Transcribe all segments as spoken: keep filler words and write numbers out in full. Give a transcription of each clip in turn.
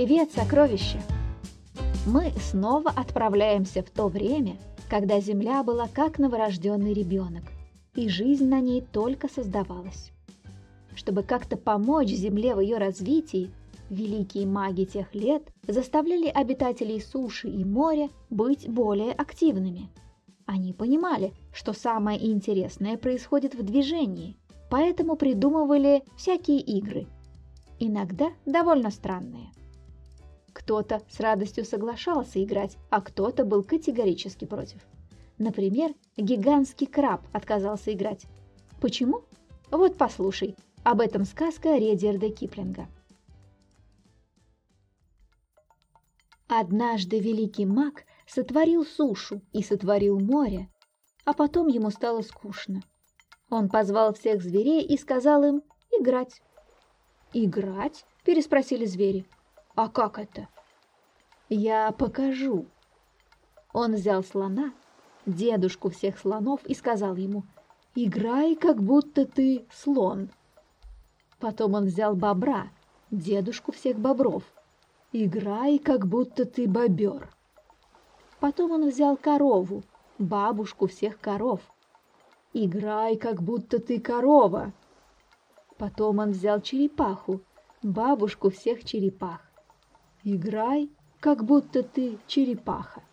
Привет, сокровища! Мы снова отправляемся в то время, когда Земля была как новорожденный ребенок, и жизнь на ней только создавалась. Чтобы как-то помочь Земле в ее развитии, великие маги тех лет заставляли обитателей суши и моря быть более активными. Они понимали, что самое интересное происходит в движении, поэтому придумывали всякие игры, иногда довольно странные. Кто-то с радостью соглашался играть, а кто-то был категорически против. Например, гигантский краб отказался играть. Почему? Вот послушай, об этом сказка Редьярда Киплинга. Однажды великий маг сотворил сушу и сотворил море, а потом ему стало скучно. Он позвал всех зверей и сказал им играть. «Играть?» – переспросили звери. «А как это?» «Я покажу». Он взял слона, дедушку всех слонов, и сказал ему: «Играй, как будто ты слон». Потом он взял бобра, дедушку всех бобров. «Играй, как будто ты бобер». Потом он взял корову, бабушку всех коров. «Играй, как будто ты корова». Потом он взял черепаху, бабушку всех черепах. «Играй, как будто ты черепаха».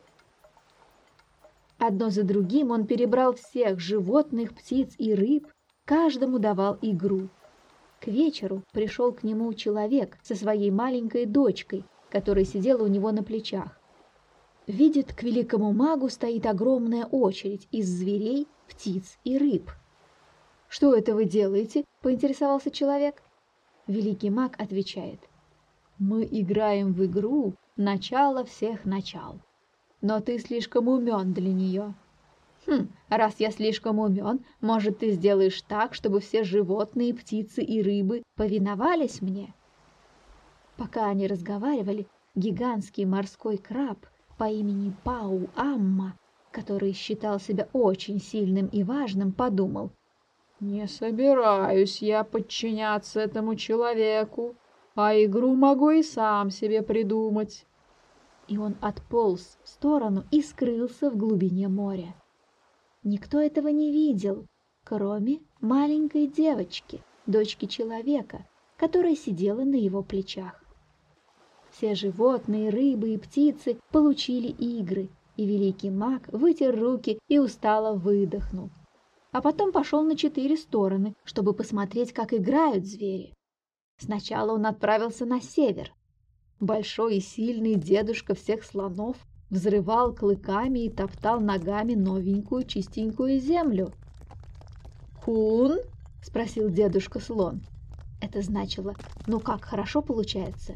Одно за другим он перебрал всех животных, птиц и рыб, каждому давал игру. К вечеру пришел к нему человек со своей маленькой дочкой, которая сидела у него на плечах. Видит, к великому магу стоит огромная очередь из зверей, птиц и рыб. «Что это вы делаете?» – поинтересовался человек. Великий маг отвечает: «Мы играем в игру «Начало всех начал». Но ты слишком умен для нее». «Хм, раз я слишком умен, может, ты сделаешь так, чтобы все животные, птицы и рыбы повиновались мне?» Пока они разговаривали, гигантский морской краб по имени Пау-Амма, который считал себя очень сильным и важным, подумал: «Не собираюсь я подчиняться этому человеку, а игру могу и сам себе придумать». И он отполз в сторону и скрылся в глубине моря. Никто этого не видел, кроме маленькой девочки, дочки человека, которая сидела на его плечах. Все животные, рыбы и птицы получили игры, и великий маг вытер руки и устало выдохнул. А потом пошел на четыре стороны, чтобы посмотреть, как играют звери. Сначала он отправился на север. Большой и сильный дедушка всех слонов взрывал клыками и топтал ногами новенькую чистенькую землю. «Кун?» – спросил дедушка слон. Это значило: «Ну как, хорошо получается?»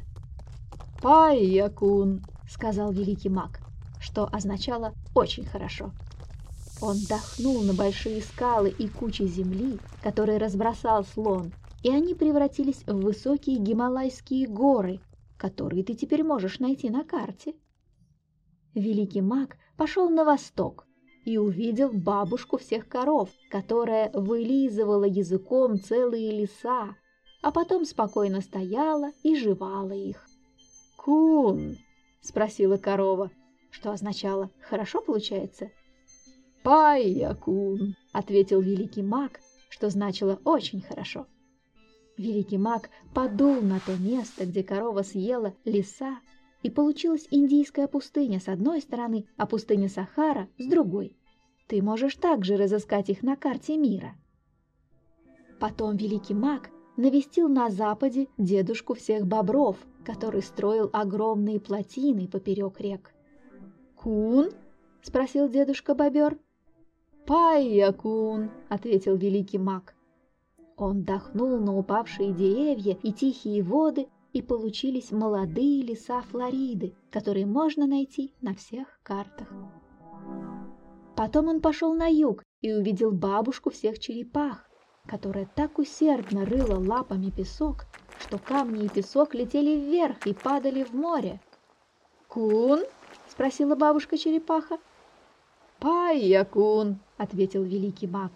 «Пайя-кун», – сказал великий маг, что означало «очень хорошо». Он дохнул на большие скалы и кучи земли, которые разбросал слон, и они превратились в высокие гималайские горы, которые ты теперь можешь найти на карте. Великий маг пошел на восток и увидел бабушку всех коров, которая вылизывала языком целые леса, а потом спокойно стояла и жевала их. «Кун?» – спросила корова, что означало «хорошо получается?» «Пайя-кун», – ответил великий маг, что значило «очень хорошо». Великий маг подул на то место, где корова съела леса, и получилась индийская пустыня с одной стороны, а пустыня Сахара с другой. Ты можешь также разыскать их на карте мира. Потом великий маг навестил на западе дедушку всех бобров, который строил огромные плотины поперек рек. «Кун?» – спросил дедушка бобер. «Пайя-кун», – ответил великий маг. Он дохнул на упавшие деревья и тихие воды, и получились молодые леса Флориды, которые можно найти на всех картах. Потом он пошел на юг и увидел бабушку всех черепах, которая так усердно рыла лапами песок, что камни и песок летели вверх и падали в море. «Кун?» – спросила бабушка-черепаха. «Пайя-кун», – ответил великий маг.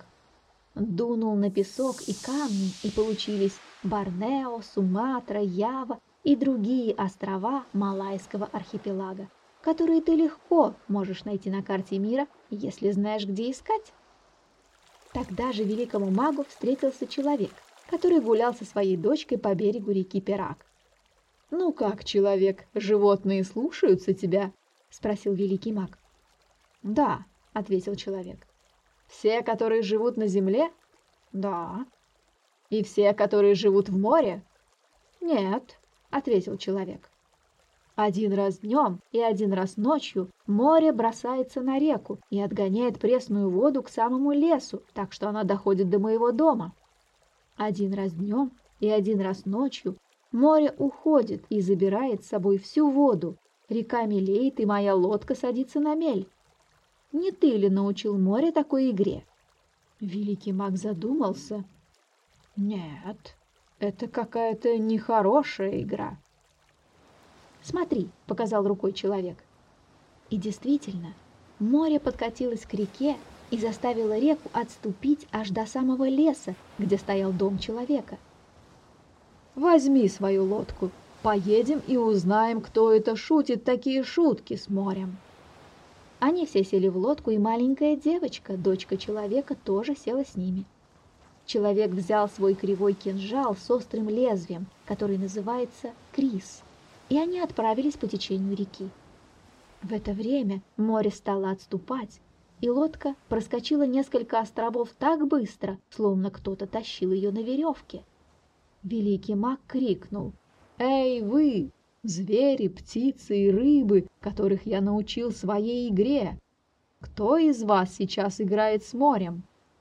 Дунул на песок и камни, и получились Борнео, Суматра, Ява и другие острова Малайского архипелага, которые ты легко можешь найти на карте мира, если знаешь, где искать. Тогда же великому магу встретился человек, который гулял со своей дочкой по берегу реки Перак. «Ну как, человек, животные слушаются тебя?» – спросил великий маг. «Да», – ответил человек. «Все, которые живут на земле?» «Да». «И все, которые живут в море?» «Нет», – ответил человек. Один раз днем и один раз ночью море бросается на реку и отгоняет пресную воду к самому лесу, так что она доходит до моего дома. Один раз днем и один раз ночью море уходит и забирает с собой всю воду, река мелеет, и моя лодка садится на мель. Не ты ли научил море такой игре?» Великий маг задумался. «Нет, это какая-то нехорошая игра». «Смотри», — показал рукой человек. И действительно, море подкатилось к реке и заставило реку отступить аж до самого леса, где стоял дом человека. «Возьми свою лодку, поедем и узнаем, кто это шутит такие шутки с морем». Они все сели в лодку, и маленькая девочка, дочка человека, тоже села с ними. Человек взял свой кривой кинжал с острым лезвием, который называется крис, и они отправились по течению реки. В это время море стало отступать, и лодка проскочила несколько островов так быстро, словно кто-то тащил ее на веревке. Великий маг крикнул: «Эй, вы, звери, птицы и рыбы, которых я научил своей игре! Кто из вас сейчас играет с морем?»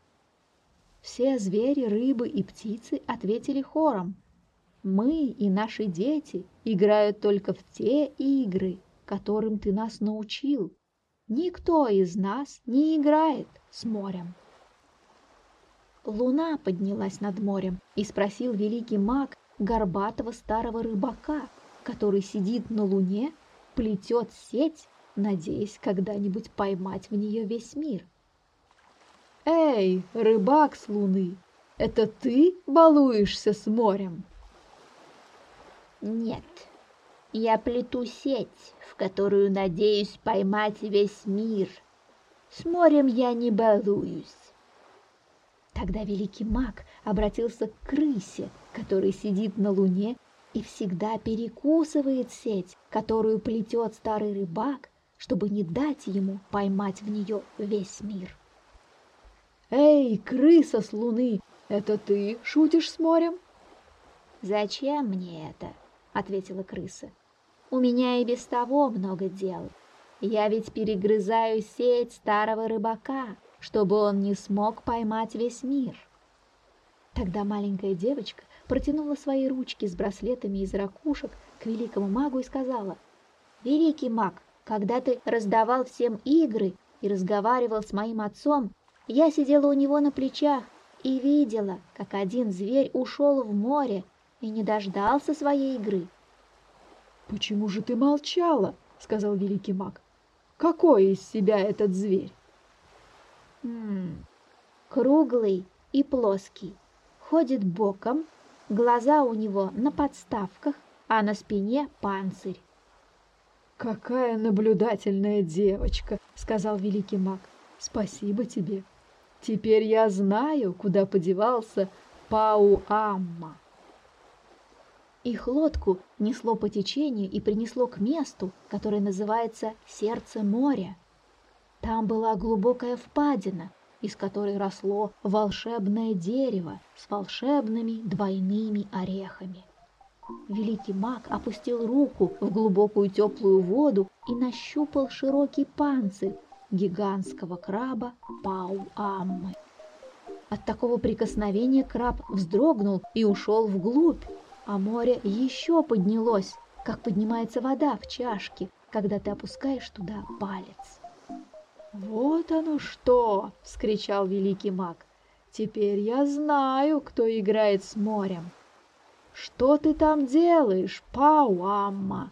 Все звери, рыбы и птицы ответили хором: «Мы и наши дети играют только в те игры, которым ты нас научил. Никто из нас не играет с морем». Луна поднялась над морем, и спросил великий маг горбатого старого рыбака, который сидит на луне, плетет сеть, надеясь когда-нибудь поймать в нее весь мир: «Эй, рыбак с луны, это ты балуешься с морем?» «Нет, я плету сеть, в которую надеюсь поймать весь мир. С морем я не балуюсь». Тогда великий маг обратился к крысе, который сидит на луне и всегда перекусывает сеть, которую плетет старый рыбак, чтобы не дать ему поймать в нее весь мир. «Эй, крыса с луны, это ты шутишь с морем?» «Зачем мне это?» — ответила крыса. «У меня и без того много дел. Я ведь перегрызаю сеть старого рыбака, чтобы он не смог поймать весь мир». Тогда маленькая девочка протянула свои ручки с браслетами из ракушек к великому магу и сказала: «Великий маг, когда ты раздавал всем игры и разговаривал с моим отцом, я сидела у него на плечах и видела, как один зверь ушел в море и не дождался своей игры». «Почему же ты молчала?» — сказал великий маг. «Какой из себя этот зверь?» «М-м, круглый и плоский, ходит боком, глаза у него на подставках, а на спине панцирь». «Какая наблюдательная девочка!» — сказал великий маг. «Спасибо тебе. Теперь я знаю, куда подевался Пау-Амма». Их лодку несло по течению и принесло к месту, которое называется Сердце моря. Там была глубокая впадина, из которой росло волшебное дерево с волшебными двойными орехами. Великий маг опустил руку в глубокую теплую воду и нащупал широкий панцирь гигантского краба Пау-Аммы. От такого прикосновения краб вздрогнул и ушел вглубь, а море еще поднялось, как поднимается вода в чашке, когда ты опускаешь туда палец. «Вот оно что!» — вскричал великий маг. «Теперь я знаю, кто играет с морем. Что ты там делаешь, Пау-Амма?»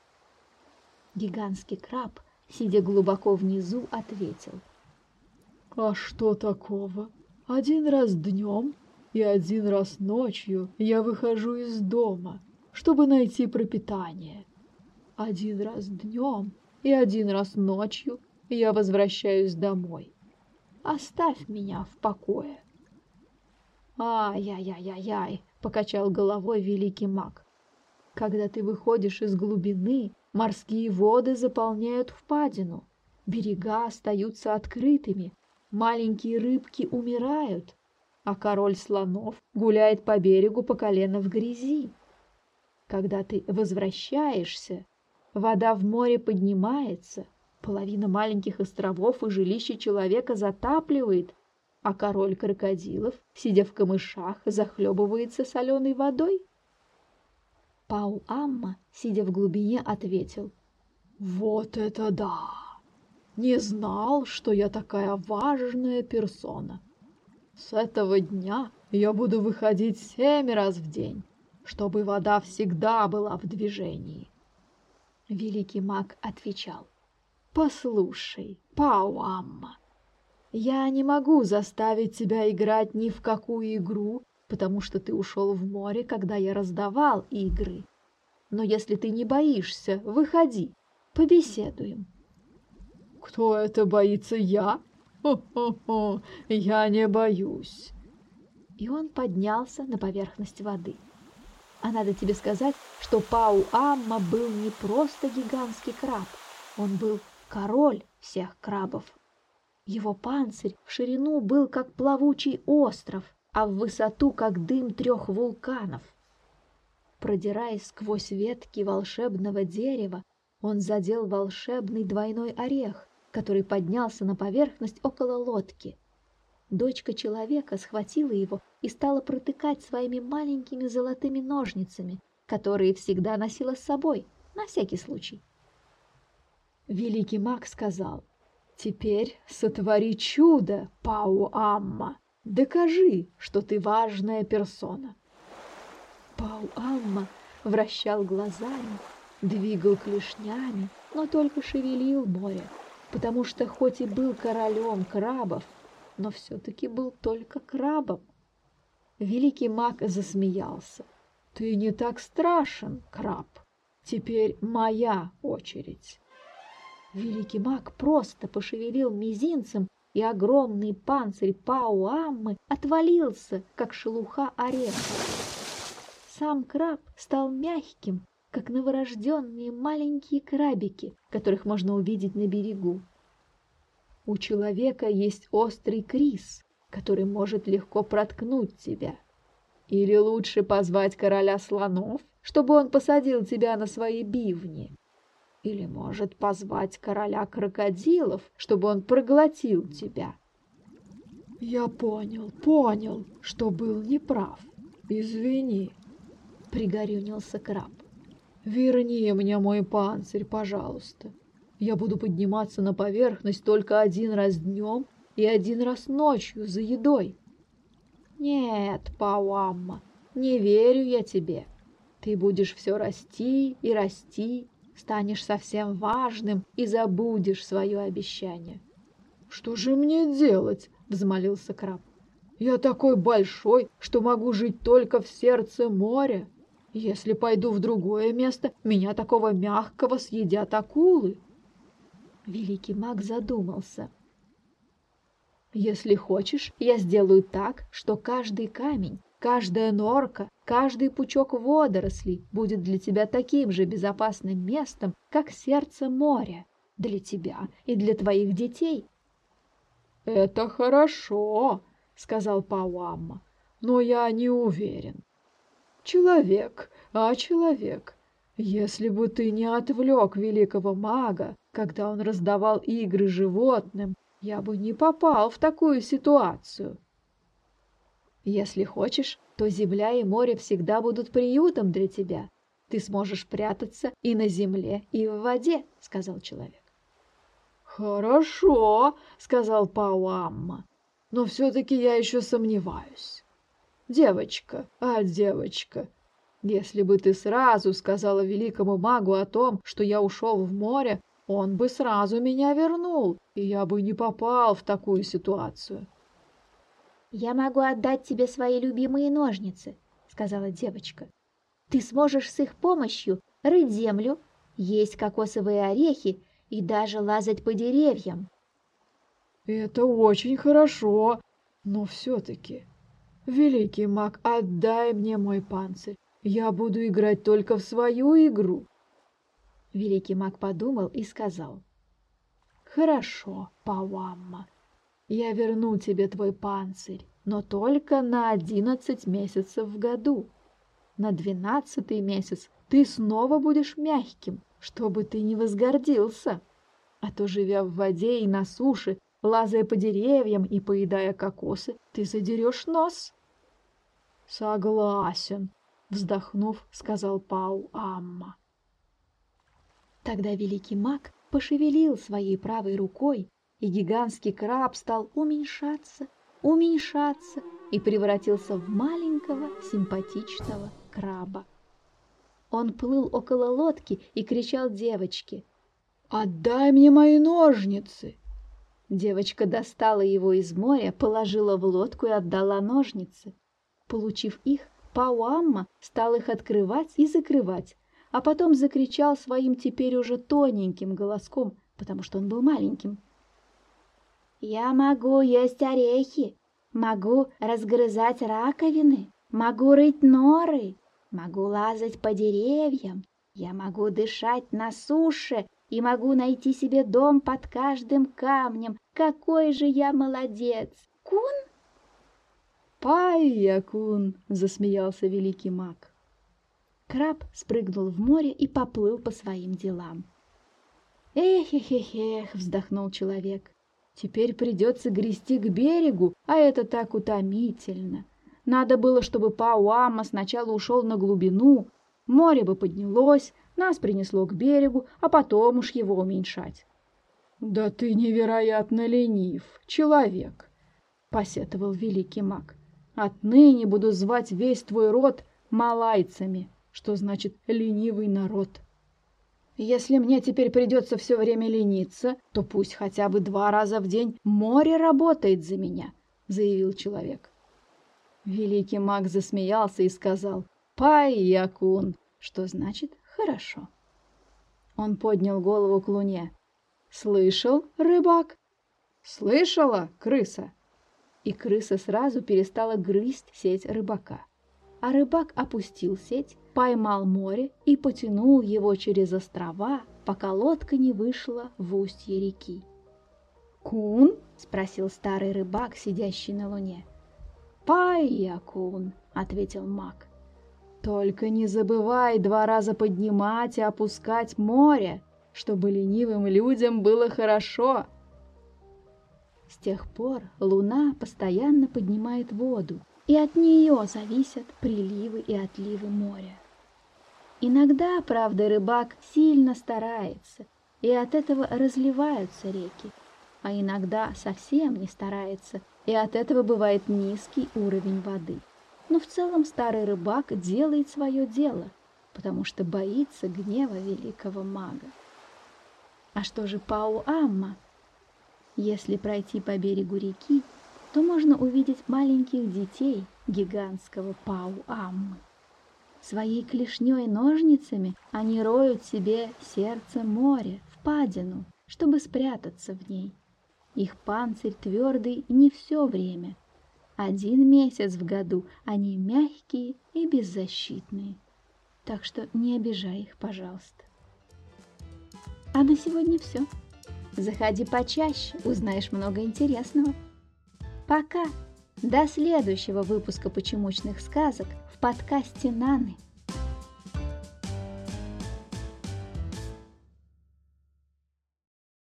Гигантский краб, сидя глубоко внизу, ответил: «А что такого? Один раз днем и один раз ночью я выхожу из дома, чтобы найти пропитание. Один раз днем и один раз ночью я возвращаюсь домой. Оставь меня в покое. «Ай-яй-яй-яй-яй!» — покачал головой великий маг. «Когда ты выходишь из глубины, морские воды заполняют впадину, берега остаются открытыми, маленькие рыбки умирают, а король слонов гуляет по берегу по колено в грязи. Когда ты возвращаешься, вода в море поднимается, половина маленьких островов и жилища человека затапливает, а король крокодилов, сидя в камышах, захлебывается соленой водой». Пау-Амма, сидя в глубине, ответил: «Вот это да! Не знал, что я такая важная персона. С этого дня я буду выходить семь раз в день, чтобы вода всегда была в движении». Великий маг отвечал: «Послушай, Пау-Амма, я не могу заставить тебя играть ни в какую игру, потому что ты ушел в море, когда я раздавал игры. Но если ты не боишься, выходи, побеседуем». «Кто это боится? Я? Хо-хо-хо, я не боюсь». И он поднялся на поверхность воды. А надо тебе сказать, что Пау-Амма был не просто гигантский краб, он был король всех крабов. Его панцирь в ширину был как плавучий остров, а в высоту как дым трех вулканов. Продираясь сквозь ветки волшебного дерева, он задел волшебный двойной орех, который поднялся на поверхность около лодки. Дочка человека схватила его и стала протыкать своими маленькими золотыми ножницами, которые всегда носила с собой, на всякий случай. Великий маг сказал: «Теперь сотвори чудо, Пау-Амма, докажи, что ты важная персона». Пау-Амма вращал глазами, двигал клешнями, но только шевелил море, потому что хоть и был королем крабов, но все-таки был только крабом. Великий маг засмеялся: «Ты не так страшен, краб. Теперь моя очередь». Великий маг просто пошевелил мизинцем, и огромный панцирь Пау-Аммы отвалился, как шелуха ореха. Сам краб стал мягким, как новорожденные маленькие крабики, которых можно увидеть на берегу. У человека есть острый крис, который может легко проткнуть тебя. Или лучше позвать короля слонов, чтобы он посадил тебя на свои бивни. Или может позвать короля крокодилов, чтобы он проглотил тебя. «Я понял, понял, что был неправ. Извини», — пригорюнился краб. «Верни мне мой панцирь, пожалуйста. Я буду подниматься на поверхность только один раз днем и один раз ночью за едой». «Нет, Пау-Амма, не верю я тебе. Ты будешь все расти и расти, станешь совсем важным и забудешь свое обещание». «Что же мне делать?» — взмолился краб. «Я такой большой, что могу жить только в сердце моря. Если пойду в другое место, меня такого мягкого съедят акулы». Великий маг задумался. «Если хочешь, я сделаю так, что каждый камень, каждая норка, каждый пучок водорослей будет для тебя таким же безопасным местом, как сердце моря, для тебя и для твоих детей». «Это хорошо», — сказал Пау-Амма, — «но я не уверен. Человек, а человек, если бы ты не отвлек великого мага, когда он раздавал игры животным, я бы не попал в такую ситуацию». «Если хочешь, то земля и море всегда будут приютом для тебя. Ты сможешь прятаться и на земле, и в воде», — сказал человек. «Хорошо», — сказал Пау-Амма, — «но все-таки я еще сомневаюсь. Девочка, а девочка, если бы ты сразу сказала великому магу о том, что я ушел в море, он бы сразу меня вернул, и я бы не попал в такую ситуацию». «Я могу отдать тебе свои любимые ножницы», — сказала девочка. Ты сможешь с их помощью рыть землю, есть кокосовые орехи и даже лазать по деревьям. Это очень хорошо, но все-таки, великий маг, отдай мне мой панцирь. Я буду играть только в свою игру. Великий маг подумал и сказал: «Хорошо, Пауамма, я верну тебе твой панцирь, но только на одиннадцать месяцев в году. На двенадцатый месяц ты снова будешь мягким, чтобы ты не возгордился. А то, живя в воде и на суше, лазая по деревьям и поедая кокосы, ты задерешь нос». «Согласен», — вздохнув, сказал Пауамма. Тогда великий маг пошевелил своей правой рукой, и гигантский краб стал уменьшаться, уменьшаться и превратился в маленького симпатичного краба. Он плыл около лодки и кричал девочке: «Отдай мне мои ножницы!» Девочка достала его из моря, положила в лодку и отдала ножницы. Получив их, Пауамма стал их открывать и закрывать, а потом закричал своим теперь уже тоненьким голоском, потому что он был маленьким: «Я могу есть орехи, могу разгрызать раковины, могу рыть норы, могу лазать по деревьям, я могу дышать на суше и могу найти себе дом под каждым камнем. Какой же я молодец! Кун?» «Пайя-кун!» — засмеялся великий маг. Краб спрыгнул в море и поплыл по своим делам. «Эх-эх-эх-эх!» — вздохнул человек. «Теперь придется грести к берегу, а это так утомительно. Надо было, чтобы Пауамма сначала ушел на глубину, море бы поднялось, нас принесло к берегу, а потом уж его уменьшать». «Да ты невероятно ленив, человек!» — посетовал великий маг. «Отныне буду звать весь твой род малайцами, что значит ленивый народ. Если мне теперь придется все время лениться, то пусть хотя бы два раза в день море работает за меня», — заявил человек. Великий маг засмеялся и сказал: «Пайя-кун», что значит «хорошо». Он поднял голову к луне. «Слышал, рыбак?» «Слышала, крыса?» И крыса сразу перестала грызть сеть рыбака. А рыбак опустил сеть, поймал море и потянул его через острова, пока лодка не вышла в устье реки. «Кун?» — спросил старый рыбак, сидящий на луне. «Пайя-кун», — ответил маг. «Только не забывай два раза поднимать и опускать море, чтобы ленивым людям было хорошо». С тех пор луна постоянно поднимает воду, и от нее зависят приливы и отливы моря. Иногда, правда, рыбак сильно старается, и от этого разливаются реки, а иногда совсем не старается, и от этого бывает низкий уровень воды. Но в целом старый рыбак делает свое дело, потому что боится гнева великого мага. А что же Пауамма? Если пройти по берегу реки, то можно увидеть маленьких детей гигантского Пауаммы. Своей клешней ножницами они роют себе сердце моря, впадину, чтобы спрятаться в ней. Их панцирь твердый не все время. Один месяц в году они мягкие и беззащитные. Так что не обижай их, пожалуйста. А на сегодня все. Заходи почаще, узнаешь много интересного. Пока! До следующего выпуска почемучных сказок в подкасте Наны.